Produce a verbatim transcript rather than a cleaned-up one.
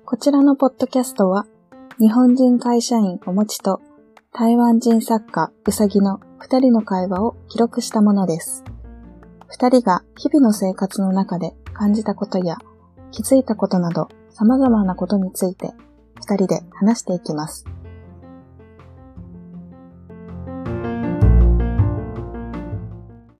こちらのポッドキャストは、日本人会社員おもちと台湾人作家うさぎの二人の会話を記録したものです。二人が日々の生活の中で感じたことや気づいたことなど様々なことについて二人で話していきます。